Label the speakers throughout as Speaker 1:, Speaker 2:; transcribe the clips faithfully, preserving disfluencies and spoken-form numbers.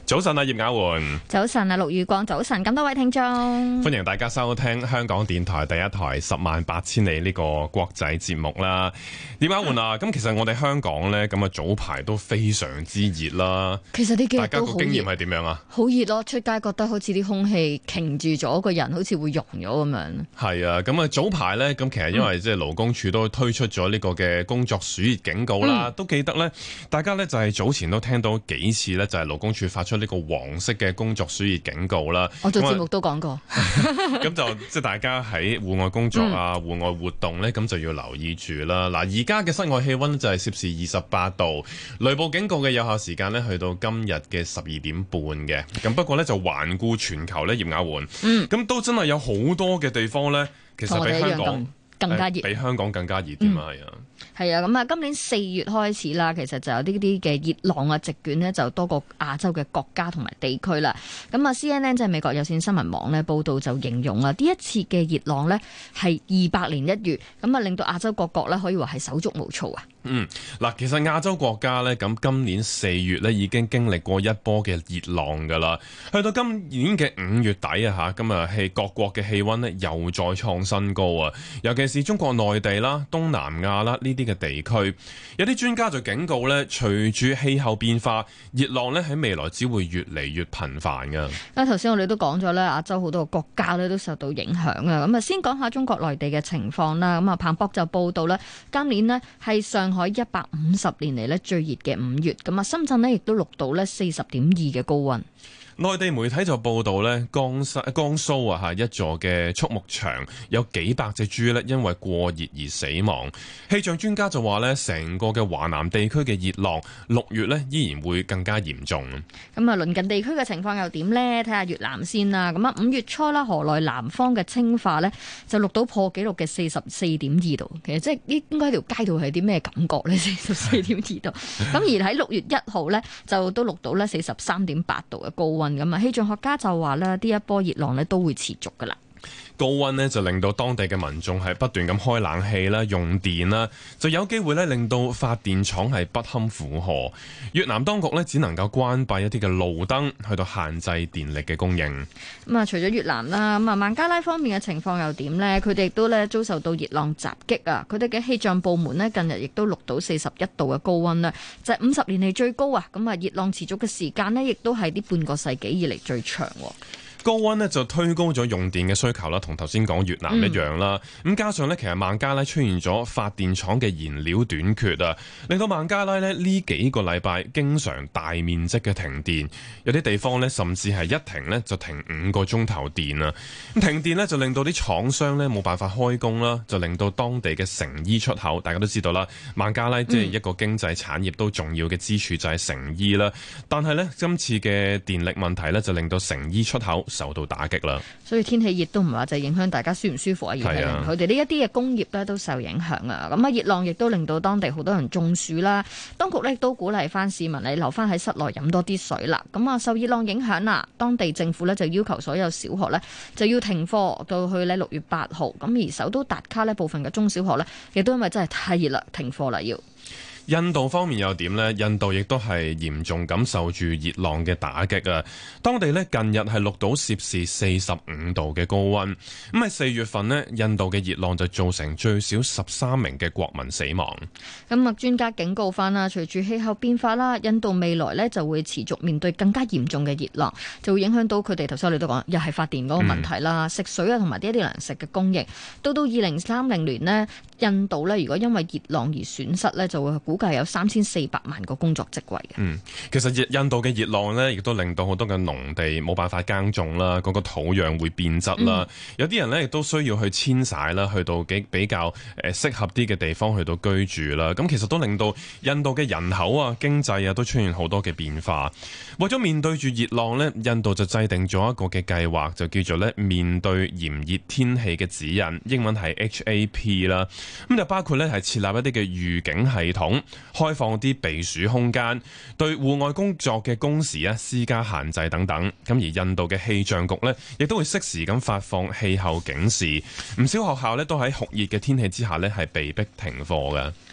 Speaker 1: 早晨啊，葉雅媛。
Speaker 2: 早晨啊，陸宇光。早晨，咁多位聽眾，
Speaker 1: 歡迎大家收聽香港電台第一台十萬八千里呢個國際節目啦。葉雅媛啊，咁其實我哋香港呢，咁啊早排都非常之熱啦。
Speaker 2: 其實呢幾日都好熱。大家個
Speaker 1: 經驗係點樣啊？
Speaker 2: 好熱咯，出街覺得好似啲空氣凝住咗，個人好似會溶咗咁樣。
Speaker 1: 係啊，咁啊早排呢，咁其實因為即係勞工處都推出咗呢個嘅工作暑熱警告啦，嗯、都記得呢，大家呢就係早前都聽到幾次呢，就係勞工處發出呢個黃色嘅工作暑熱警告啦。
Speaker 2: 我做節目都講過，
Speaker 1: 咁就即係大家喺戶外工作啊、戶、嗯、外活動呢，咁就要留意住啦。嗱，而家嘅室外氣溫就係攝氏二十八度，雷暴警告嘅有效時間呢，去到今日嘅十二點半嘅。咁不過呢，就環顧全球呢，葉雅媛，咁、嗯、都真係有好多嘅地方呢，其實比香港
Speaker 2: 更加熱，
Speaker 1: 比香港更加熱添啊，係啊。
Speaker 2: 係啊，咁啊，今年四月開始啦，其實就有呢啲嘅熱浪啊，席捲呢就多個亞洲嘅國家同埋地區啦。咁啊，C N N 即係美國有線新聞網呢報道就形容啊，呢一次嘅熱浪呢係二百年一遇，咁啊令到亞洲各國呢可以話係手足無措啊。
Speaker 1: 嗯，嗱，其實亞洲國家呢，咁今年四月呢已經經歷過一波嘅熱浪噶啦，去到今年嘅五月底啊吓，咁啊係各國嘅氣溫呢又再創新高啊，尤其是中國內地啦、東南亞啦呢啲嘅地區，有啲專家就警告呢，隨住氣候變化，熱浪呢喺未來只會越嚟越頻繁噶。
Speaker 2: 啊，頭先我哋都講咗啦，亞洲好多個國家呢都受到影響啊。咁啊，先講下中國內地嘅情況啦。咁啊，彭博就報道啦，今年呢係上海一百五十年嚟呢最熱嘅五月，咁啊，深圳呢亦都錄到呢四十點二嘅高溫。
Speaker 1: 內地媒體就報道呢，江西江蘇啊嚇一座嘅畜牧場有幾百隻豬呢因為過熱而死亡。氣象專家就話呢，成個嘅華南地區嘅熱浪六月呢依然會更加嚴重。
Speaker 2: 咁啊，鄰近地區嘅情況又點呢？睇下越南先啦。咁啊，五月初啦，河內南方嘅清化呢就錄到破紀錄嘅四十四點二度。其實即係應該條街道係啲咩感覺呢？四十四點二度。咁而喺六月一號呢，就都錄到呢四十三點八度嘅高溫。咁啊，氣象學家就話咧，呢一波熱浪咧都會持續噶啦。
Speaker 1: 高溫呢就令到當地嘅民眾係不斷咁開冷氣啦、用電啦，就有機會咧令到發電廠係不堪負荷。越南當局咧只能夠關閉一啲嘅路燈，去到限制電力嘅供應。
Speaker 2: 咁啊，除咗越南啦，咁啊孟加拉方面嘅情況又點呢？佢哋亦都咧遭受到熱浪襲擊啊！佢哋嘅氣象部門呢近日亦都錄到四十一度嘅高溫啦，就係五十年嚟最高啊！咁啊，熱浪持續嘅時間呢亦都係呢半個世紀以嚟最長。
Speaker 1: 高溫呢就推高咗用電嘅需求啦，同頭先講越南一樣啦。咁、嗯、加上呢，其實孟加拉出現咗發電廠嘅燃料短缺啊，令到孟加拉呢呢幾個禮拜經常大面積嘅停電，有啲地方呢甚至係一停呢就停五個鐘頭電啊。咁停電呢就令到啲廠商呢冇辦法開工啦，就令到當地嘅成衣出口，大家都知道啦，孟加拉即係一個經濟產業都重要嘅支柱就係成衣啦。但係呢，今次嘅電力問題呢，就令到成衣出口受到打擊啦，
Speaker 2: 所以天氣熱都唔係話就影響大家舒唔舒服啊，而係佢哋呢一啲嘅工業咧都受影響啊。咁啊，熱浪亦都令到當地好多人中暑啦。當局咧都鼓勵翻市民你留翻喺室內飲多啲水啦。咁啊，受熱浪影響啦，當地政府咧就要求所有小學咧就要停課到去咧六月八號。咁而首都達卡呢部分嘅中小學咧亦都因為真係太熱啦，停課啦要。
Speaker 1: 印度方面又點呢？印度亦都係嚴重感受住熱浪嘅打擊啊！當地呢近日係錄到攝氏四十五度嘅高溫，咁喺四月份呢，印度嘅熱浪就造成最少十三名嘅國民死亡。
Speaker 2: 咁啊，專家警告翻啦，隨住氣候變化啦，印度未來呢就會持續面對更加嚴重嘅熱浪，就會影響到佢哋頭先我哋都講，又係發電嗰個問題啦、嗯、食水啊同埋啲一啲糧食嘅供應。到到二零三零年呢，印度呢如果因為熱浪而損失呢，就會估計有三千四百萬個工作職位嘅。
Speaker 1: 嗯，其實印度嘅熱浪呢，亦都令到好多嘅農地冇辦法耕種啦，嗰、那個土壤會變質啦。嗯、有啲人呢，亦都需要去遷徙啦，去到幾比較誒適合啲嘅地方去到居住啦。咁其實都令到印度嘅人口啊、經濟啊都出現好多嘅變化。為咗面對住熱浪呢，印度就制定咗一個嘅計劃，就叫做咧面對炎熱天氣嘅指引，英文係 H A P 啦。咁就包括咧係設立一啲嘅預警系統，開放啲避暑空間，對戶外工作嘅工時啊施加限制等等。咁而印度嘅氣象局呢，亦都會適時咁發放氣候警示。唔少學校呢，都喺酷熱嘅天氣之下呢，係被逼停課嘅。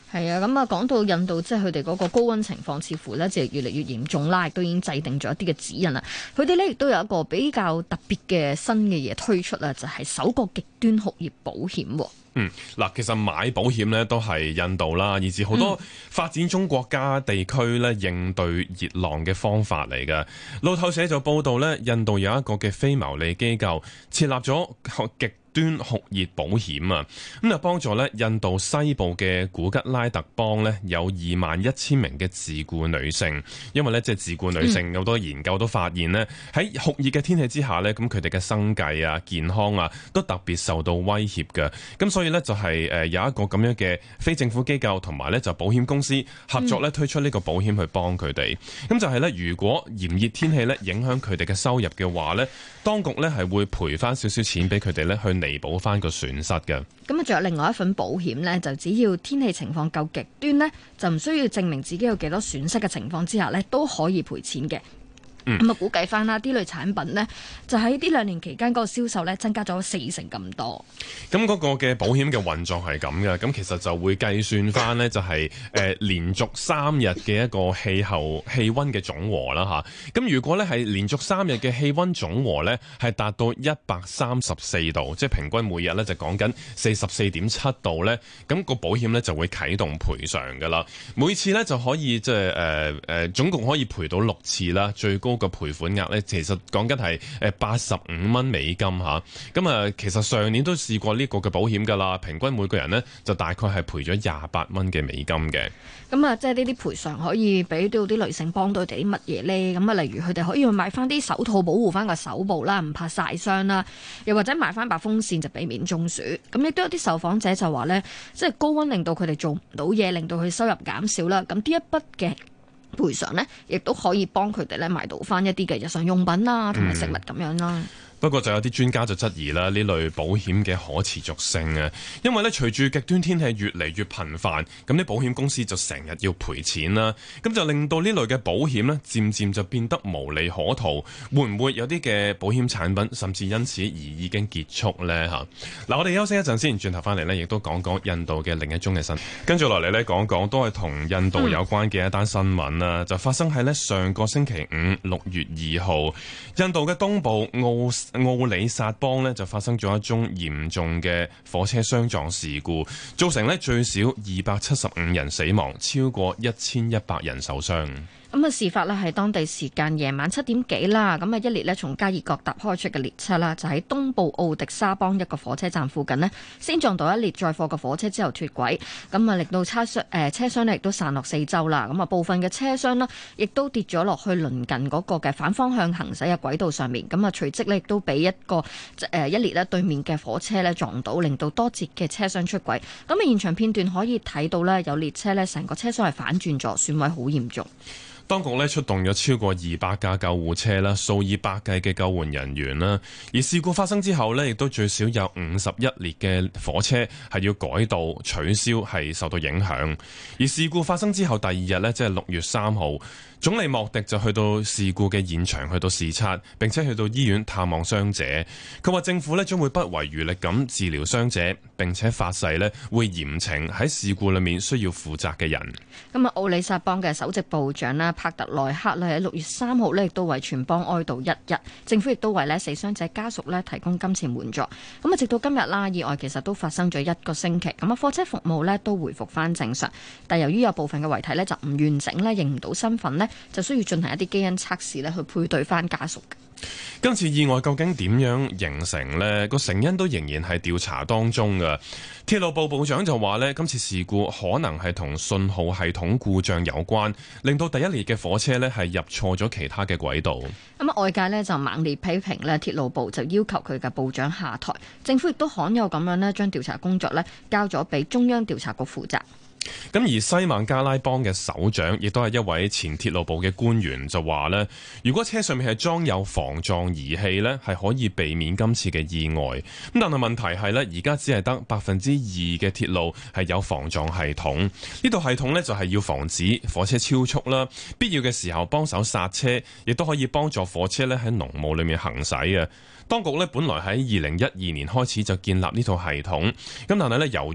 Speaker 2: 係啊，咁啊講到印度，即係佢哋嗰個高溫情況，似乎咧就越嚟越嚴重啦，亦都已經制定咗一啲嘅指引啦。佢哋咧亦都有一個比較特別嘅新嘅嘢推出啦，就係、是、首個極端酷熱保險。
Speaker 1: 嗯，嗱，其實買保險咧都係印度啦，以至好多發展中國家地區咧應對熱浪嘅方法嚟嘅。路透社就報道咧，印度有一個嘅非牟利機構設立咗極端酷熱保險啊，咁就幫助咧印度西部嘅古吉拉特邦咧有二萬一千名嘅自僱女性，因為咧即係自僱女性好多研究都發現咧喺酷熱嘅天氣之下咧，咁佢哋嘅生計啊、健康啊都特別受到威脅嘅，咁所以咧就係誒有一個咁樣嘅非政府機構同埋咧就保險公司合作咧推出呢個保險去幫佢哋，咁就係咧如果炎熱天氣咧影響佢哋嘅收入嘅話咧，當局咧係會賠翻少少錢俾佢哋咧去彌補翻個損失嘅。
Speaker 2: 咁啊，仲有另外一份保險呢，就只要天氣情況夠極端呢，就唔需要證明自己有幾多損失嘅情況之下呢，都可以賠錢嘅。咁啊、嗯，估計翻啦，啲類產品呢，就喺呢兩年期間嗰個銷售呢，增加咗四成咁多。
Speaker 1: 咁嗰個嘅保險嘅運作係咁嘅，咁其實就會計算翻呢，就係誒連續三日嘅一個氣候氣溫嘅總和啦嚇。咁如果呢係連續三日嘅氣溫總和呢，係達到一百三十四度，即係平均每日呢就講緊四十四點七度呢，咁個保險呢就會啟動賠償噶啦。每次呢就可以即係誒誒總共可以賠到六次啦，最高個賠款額咧，其實講緊係誒八十五蚊美金吓，咁啊，其實上年都試過呢個嘅保險噶啦，平均每個人呢就大概係賠咗廿八蚊嘅美金嘅。
Speaker 2: 咁啊，即係呢啲賠償可以俾到啲女性幫到佢哋啲乜嘢呢？咁啊，例如佢哋可以去買翻啲手套保護翻個手部啦，唔怕曬傷啦，又或者買翻把風扇就避免中暑。咁亦都有啲受訪者就話呢，即係高溫令到佢哋做唔到嘢，令到佢收入減少啦。咁呢一筆嘅賠償呢，亦都可以幫佢哋咧買到翻一啲嘅日常用品啦，同埋食物咁樣啦。嗯
Speaker 1: 不過就有啲專家就質疑啦，呢類保險嘅可持續性啊，因為咧隨住極端天氣越嚟越頻繁，咁啲保險公司就成日要賠錢啦，咁就令到呢類嘅保險咧漸漸就變得無利可圖。會唔會有啲嘅保險產品甚至因此而已經結束呢？嚇，嗱，我哋休息一陣先，轉頭翻嚟呢，亦都講講印度嘅另一宗嘅新聞。跟住落嚟呢，講講都係同印度有關嘅一單新聞啦，嗯、就發生喺呢上個星期五六月二號，印度嘅東部奧奧里薩邦呢就發生咗一宗嚴重嘅火車相撞事故，造成呢最少二百七十五人死亡，超過一千一百人受傷。
Speaker 2: 咁啊，事發呢係當地時間夜晚七點幾啦。咁啊，一列呢從加爾各答開出嘅列車啦，就喺東部奧迪沙邦一個火車站附近呢，先撞到一列載貨嘅火車之後脫軌。咁啊，令到車廂誒車廂呢亦都散落四周啦。咁啊，部分嘅車廂呢亦都跌咗落去鄰近嗰個嘅反方向行駛嘅軌道上面。咁啊，隨即呢亦都俾一個誒一列呢對面嘅火車呢撞到，令到多節嘅車廂出軌。咁啊，現場片段可以睇到呢，有列車呢成個車廂係反轉咗，損毀好嚴重。
Speaker 1: 當局咧出動咗超過二百架救護車啦，數以百計嘅救援人員啦。而事故發生之後咧，亦都最少有五十一列嘅火車係要改道取消，係受到影響。而事故發生之後第二日咧，即係六月三號，總理莫迪就去到事故嘅現場去到視察，並且去到醫院探望傷者。佢話政府咧將會不遺餘力咁治療傷者，並且發誓咧會嚴懲喺事故裏面需要負責嘅人。
Speaker 2: 咁啊，奧里薩邦嘅首席部長啦，帕特內克咧喺六月三號咧亦都為全邦哀悼一日，政府亦都為咧死傷者家屬咧提供金錢援助。咁啊，直到今日啦，意外其實都發生咗一個星期，咁啊，貨車服務咧都回復翻正常，但由於有部分嘅遺體咧就唔完整咧，認唔到身份咧，就需要進行一啲基因測試咧去配對翻家屬。
Speaker 1: 今次意外究竟點樣形成呢？個成因都仍然係調查當中嘅。鐵路部部長就話呢，今次事故可能係同信號系統故障有關，令到第一列嘅火車呢係入錯咗其他嘅軌道。
Speaker 2: 咁啊，外界呢就猛烈批評呢鐵路部就要求佢嘅部長下台，政府亦都罕有咁樣呢將調查工作呢交咗俾中央調查局負責。
Speaker 1: 咁而西孟加拉邦嘅首長亦都係一位前鐵路部嘅官員就話呢，如果車上面係裝有防撞儀器呢，係可以避免今次嘅意外。咁但係問題係呢，而家只係得百分之二嘅鐵路係有防撞系統。呢套系統呢，就係要防止火車超速啦，必要嘅時候幫手剎車，亦都可以幫助火車呢喺濃霧裏面行駛嘅。當局咧本來喺二零一二年開始就建立呢套系統，咁但係咧由於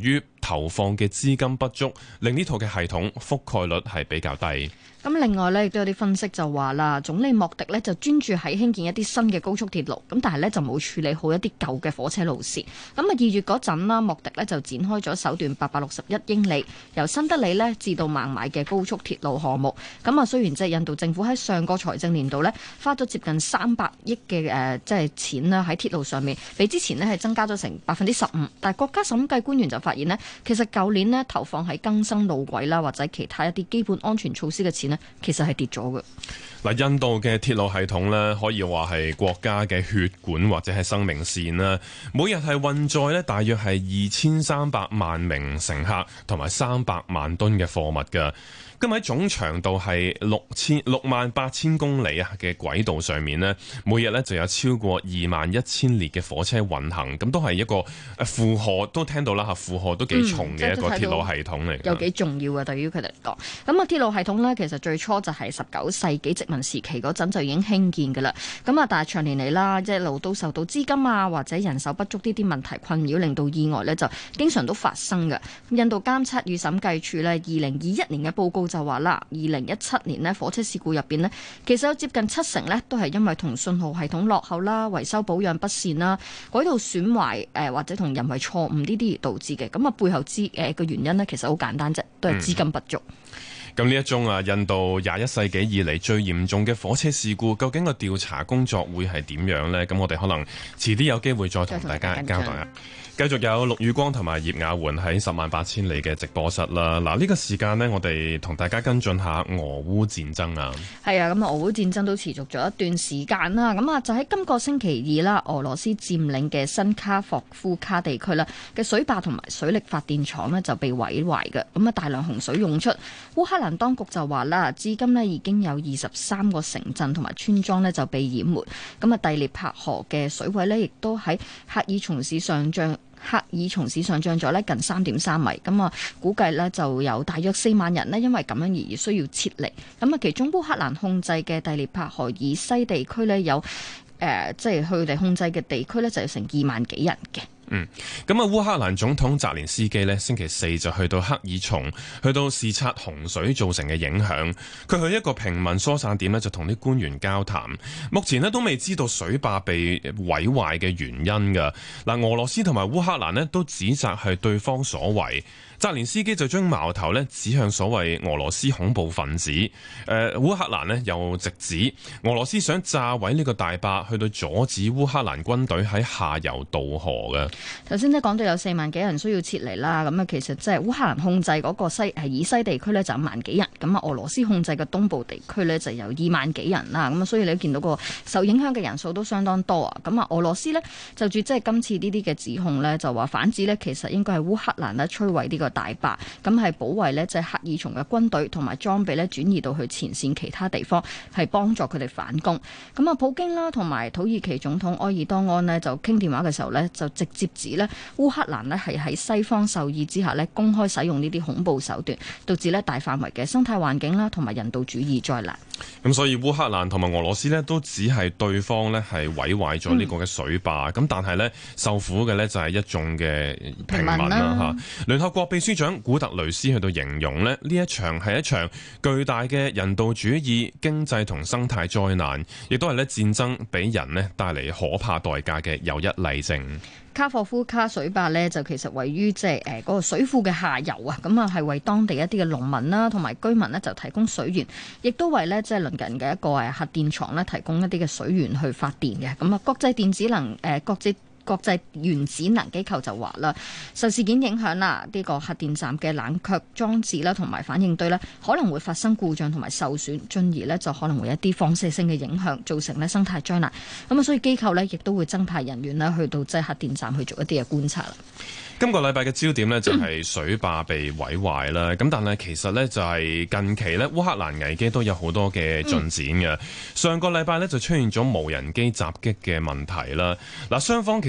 Speaker 1: 投放嘅資金不足，令呢套嘅系統覆蓋率係比較低。
Speaker 2: 咁另外呢，亦都有啲分析就話啦，總理莫迪呢就專注喺興建一啲新嘅高速鐵路，咁但係呢就冇處理好一啲舊嘅火車路線。咁啊二月嗰陣啦，莫迪呢就展開咗首段八百六十一英里由新德里呢至到孟買嘅高速鐵路項目。咁啊雖然即係印度政府喺上個財政年度呢花咗接近三百億嘅誒即係錢啦喺鐵路上面，比之前呢係增加咗成百分之十五，但係國家審計官員就發現呢，其實舊年呢投放喺更新路軌啦或者其他一啲基本安全措施嘅錢其實係跌咗嘅。
Speaker 1: 嗱，印度嘅鐵路系統咧，可以話係國家嘅血管或者係生命線啦。每日係運載咧，大約係二千三百萬名乘客同埋三百萬噸嘅貨物㗎。今日喺總長度係六千六萬八千公里啊嘅軌道上面呢，每日咧就有超過二萬一千列嘅火車運行，咁都係一個誒負荷都聽到啦嚇，負荷都幾重嘅一個鐵路系統嚟。有
Speaker 2: 幾重要啊？對於佢哋嚟講，咁啊鐵路系統呢，其實最初就係十九世紀殖民時期嗰陣就已經興建㗎啦。咁啊，但係長年嚟啦，一路都受到資金啊或者人手不足呢啲問題困擾，令到意外呢就經常都發生嘅。印度監測與審計處呢，二零二一年嘅報告就話啦，二零一七年呢火車事故入邊呢，其實有接近七成呢都係因為同信號系統落後啦、維修保養不善啦、軌道損壞誒或者同人為錯誤呢啲而導致嘅。咁啊背後之誒嘅原因呢，其實好簡單啫，都係資金不足。
Speaker 1: 咁呢一宗啊，印度廿一世紀以嚟最嚴重嘅火車事故，究竟個調查工作會係點樣呢？咁我哋可能遲啲有機會再同大家交代啊。繼續有陸宇光同埋葉雅媛喺十萬八千里嘅直播室啦。嗱，呢個時間呢，我哋同大家跟進下俄烏戰爭啊。係
Speaker 2: 啊，咁啊，俄烏戰爭都持續咗一段時間啦。咁啊，就喺今個星期二啦，俄羅斯佔領嘅新卡霍夫卡地區啦嘅水壩同埋水力發電廠呢就被毀壞嘅。咁啊，大量洪水湧出。烏克蘭當局就話啦，至今呢已經有二十三個城鎮同埋村莊呢就被淹沒。咁啊，第聶伯河嘅水位呢亦都喺赫爾松市上漲。赫爾松市上漲咗咧近三點三米，咁啊估計咧就有大約四萬人咧因為咁樣而需要撤離。咁啊，其中烏克蘭控制嘅第聶伯河以西地區咧有誒，即係佢哋控制嘅地區咧就有成二萬幾人嘅。
Speaker 1: 嗯，咁啊，烏克蘭總統澤連斯基呢星期四就去到赫爾松，去到視察洪水造成嘅影響。佢去一個平民疏散點呢就同啲官員交談。目前呢都未知道水壩被毀壞嘅原因㗎。嗱，俄羅斯同埋烏克蘭呢都指責係對方所為。澤連斯基就將矛頭呢指向所謂俄羅斯恐怖分子。誒、呃，烏克蘭呢又直指俄羅斯想炸毀呢個大壩，去到阻止烏克蘭軍隊喺下游渡河嘅。
Speaker 2: 頭先咧講到有四萬幾人需要撤離啦，咁啊其實即係烏克蘭控制嗰個西係以西地區咧就有萬幾人，咁啊俄羅斯控制嘅東部地區咧就有二萬幾人啦，咁啊所以你都見到個受影響嘅人數都相當多啊。咁啊俄羅斯呢就住即係今次呢啲嘅指控呢，就話反指呢其實應該係烏克蘭咧摧毀呢個大壩，咁係保衛呢即係赫爾松嘅軍隊同埋裝備咧轉移到去前線其他地方，係幫助佢哋反攻。咁啊普京啦同埋土耳其總統埃爾多安呢，就傾電話嘅時候呢，就直接指咧烏克蘭咧係喺西方授意之下咧公開使用呢啲恐怖手段，導致咧大範圍嘅生態環境啦同埋人道主義災難。
Speaker 1: 咁所以烏克蘭同埋俄羅斯咧都只係對方咧係毀壞咗呢個嘅水壩，咁、嗯、但係咧受苦嘅咧就係一眾嘅平民啦嚇。聯合國秘書長古特雷斯去到形容咧呢一場係一場巨大嘅人道主義、經濟同生態災難，亦都係咧戰爭俾人咧帶嚟可怕代價嘅又一例證。
Speaker 2: 卡霍夫卡水壩呢，就其實位於即係誒嗰個水庫嘅下游啊，咁啊係為當地一啲嘅農民啦同埋居民呢，就提供水源，亦都為呢即係鄰近嘅一個誒核電廠呢，提供一啲嘅水源去發電嘅。咁啊，國際電子能誒國際。國際原子能機構就話啦，受事件影響啦，呢個核電站嘅冷卻裝置啦，同埋反應堆呢，可能會發生故障同埋受損，進而呢就可能會有一啲放射性嘅影響，造成呢生態災難。咁啊，所以機構呢亦都會增派人員呢去到即係核電站去做一啲嘅觀察啦。
Speaker 1: 今個禮拜嘅焦點呢，就係水壩被毀壞啦，咁但係其實呢，就係近期呢，烏克蘭危機都有好多嘅進展嘅。上個禮拜呢，就出現咗無人機襲擊嘅問題啦。嗱，雙方其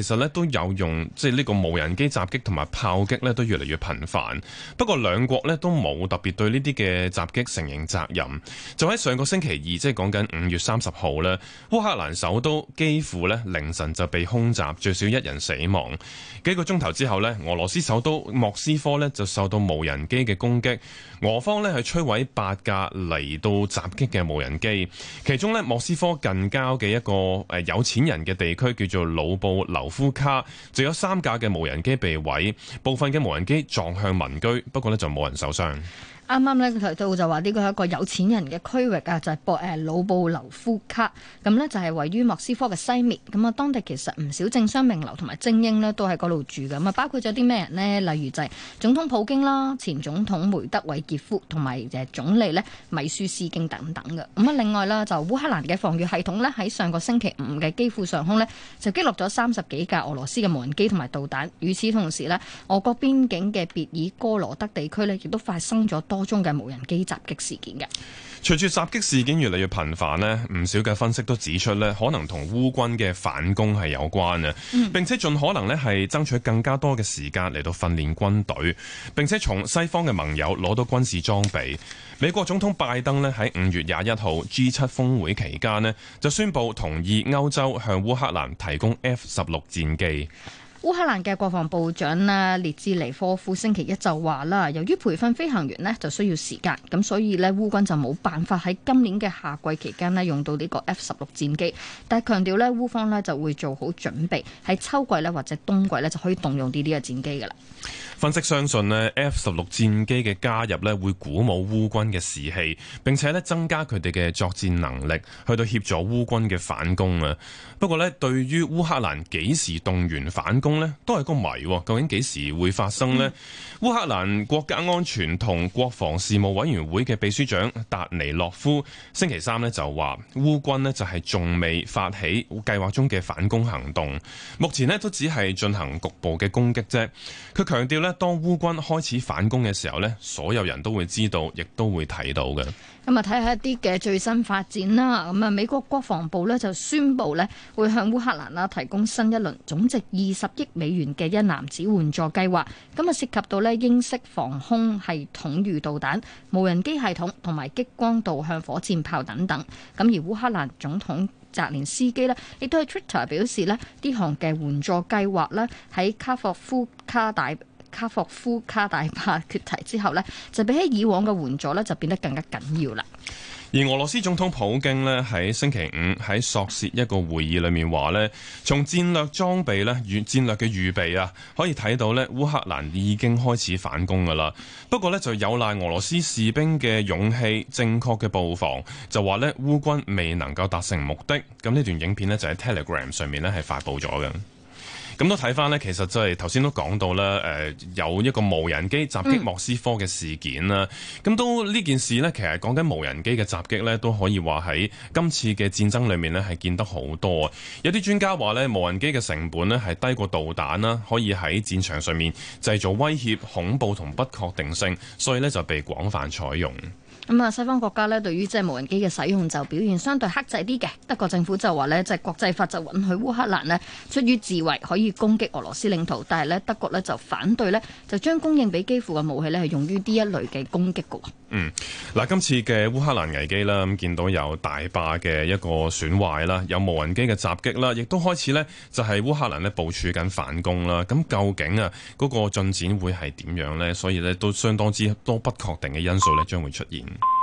Speaker 1: 實咧都有用即係呢個無人機襲擊同埋炮擊咧都越嚟越頻繁。不過兩國咧都冇特別對呢啲嘅襲擊承認責任。就喺上個星期二，即係講緊五月三十號咧，烏克蘭首都幾乎咧凌晨就被空襲，最少一人死亡。幾個鐘頭之後咧，俄羅斯首都莫斯科咧就受到無人機嘅攻擊，俄方咧係摧毀八架嚟到襲擊嘅無人機，其中咧莫斯科近郊嘅一個誒有錢人嘅地區叫做魯布留夫卡，就有三架嘅無人機被毀，部分嘅無人機撞向民居，不過咧就冇人受傷。
Speaker 2: 啱啱咧佢提到就話呢個係一個有錢人嘅區域啊，就係博誒魯布留夫卡，咁呢就係位於莫斯科嘅西面。咁啊，當地其實唔少政商名流同埋精英呢都喺嗰度住嘅。咁啊，包括咗啲咩人呢？例如就係總統普京啦、前總統梅德韋傑夫同埋誒總理呢米舒斯京等等嘅。咁啊，另外啦，就烏克蘭嘅防禦系統呢，喺上個星期五嘅基輔上空呢，就擊落咗三十幾架俄羅斯嘅無人機同埋導彈。與此同時呢，俄國邊境嘅別爾哥羅德地區呢，亦都發生咗多宗嘅無人機襲擊事件嘅。
Speaker 1: 隨住襲擊事件越嚟越頻繁呢，唔少嘅分析都指出呢，可能同烏軍嘅反攻係有關嘅，嗯、並且盡可能呢係爭取更加多嘅時間嚟到訓練軍隊，並且從西方嘅盟友攞到軍事裝備。美國總統拜登呢喺五月廿一號 G 七 峰會期間呢，就宣布同意歐洲向烏克蘭提供 F 十六戰機。
Speaker 2: 烏克蘭嘅國防部長啦列茲尼科夫星期一就話啦，由於培訓飛行員呢就需要時間，咁所以呢烏軍就冇辦法喺今年嘅夏季期間呢用到呢個 F 十六戰機，但係強調呢烏方呢就會做好準備，喺秋季呢或者冬季呢就可以動用呢啲嘅戰機噶啦。
Speaker 1: 分析相信呢 F 十六戰機嘅加入呢會鼓舞烏軍嘅士氣，並且呢增加佢哋嘅作戰能力，去到協助烏軍嘅反攻啊。不過呢，對於烏克蘭幾時動員反攻呢都係個謎，究竟幾時會發生呢？嗯、烏克蘭國家安全同國防事務委員會嘅秘書長達尼洛夫星期三呢就話，烏軍呢就係仲未發起計劃中嘅反攻行動，目前呢都只係進行局部嘅攻擊啫。佢強調呢，當烏軍開始反攻嘅時候呢，所有人都會知道，亦都會睇到嘅。
Speaker 2: 咁啊，睇下一啲嘅最新發展啦。咁啊，美國國防部呢就宣布呢會向烏克蘭啦提供新一輪總值二十億美元嘅一籃子援助計劃。咁啊，涉及到呢英式防空系統預導彈、無人機系統同埋激光導向火箭炮等等。咁而烏克蘭總統澤連斯基呢亦都喺 Twitter 表示呢呢項嘅援助計劃呢喺卡霍夫卡大卡霍夫卡大壩決堤之後呢，就比起以往嘅援助呢，就變得更加緊要啦。
Speaker 1: 而俄羅斯總統普京呢，喺星期五喺索契一個會議裏面話呢，從戰略裝備呢、與戰略嘅預備啊，可以睇到呢烏克蘭已經開始反攻噶啦。不過呢，就有賴俄羅斯士兵嘅勇氣、正確嘅布防，就話呢烏軍未能夠達成目的。咁呢段影片呢，就喺 Telegram 上面呢係發布咗嘅。咁都睇翻呢，其實即係頭先都講到啦，誒有一個無人機襲擊莫斯科嘅事件啦。咁、嗯、都呢件事呢，其實講緊無人機嘅襲擊呢，都可以話喺今次嘅戰爭裏面呢係見得好多。有啲專家話呢，無人機嘅成本呢係低過導彈啦，可以喺戰場上面製造威脅、恐怖同不確定性，所以呢就被廣泛採用。
Speaker 2: 咁啊，西方國家咧對於即係無人機嘅使用就表現相對克制啲嘅。德國政府就話咧，即係國際法就允許烏克蘭咧出於自衛可以攻擊俄羅斯領土，但係咧德國咧就反對咧，就將供應俾基輔嘅武器咧係用於呢一類嘅攻擊嘅。
Speaker 1: 嗯，嗱，今次嘅烏克蘭危機啦，咁見到有大壩嘅一個損壞啦，有無人機嘅襲擊啦，亦都開始咧就係烏克蘭咧部署緊反攻啦。咁究竟啊嗰個進展會係點樣咧？所以咧都相當之多不確定嘅因素咧將會出現。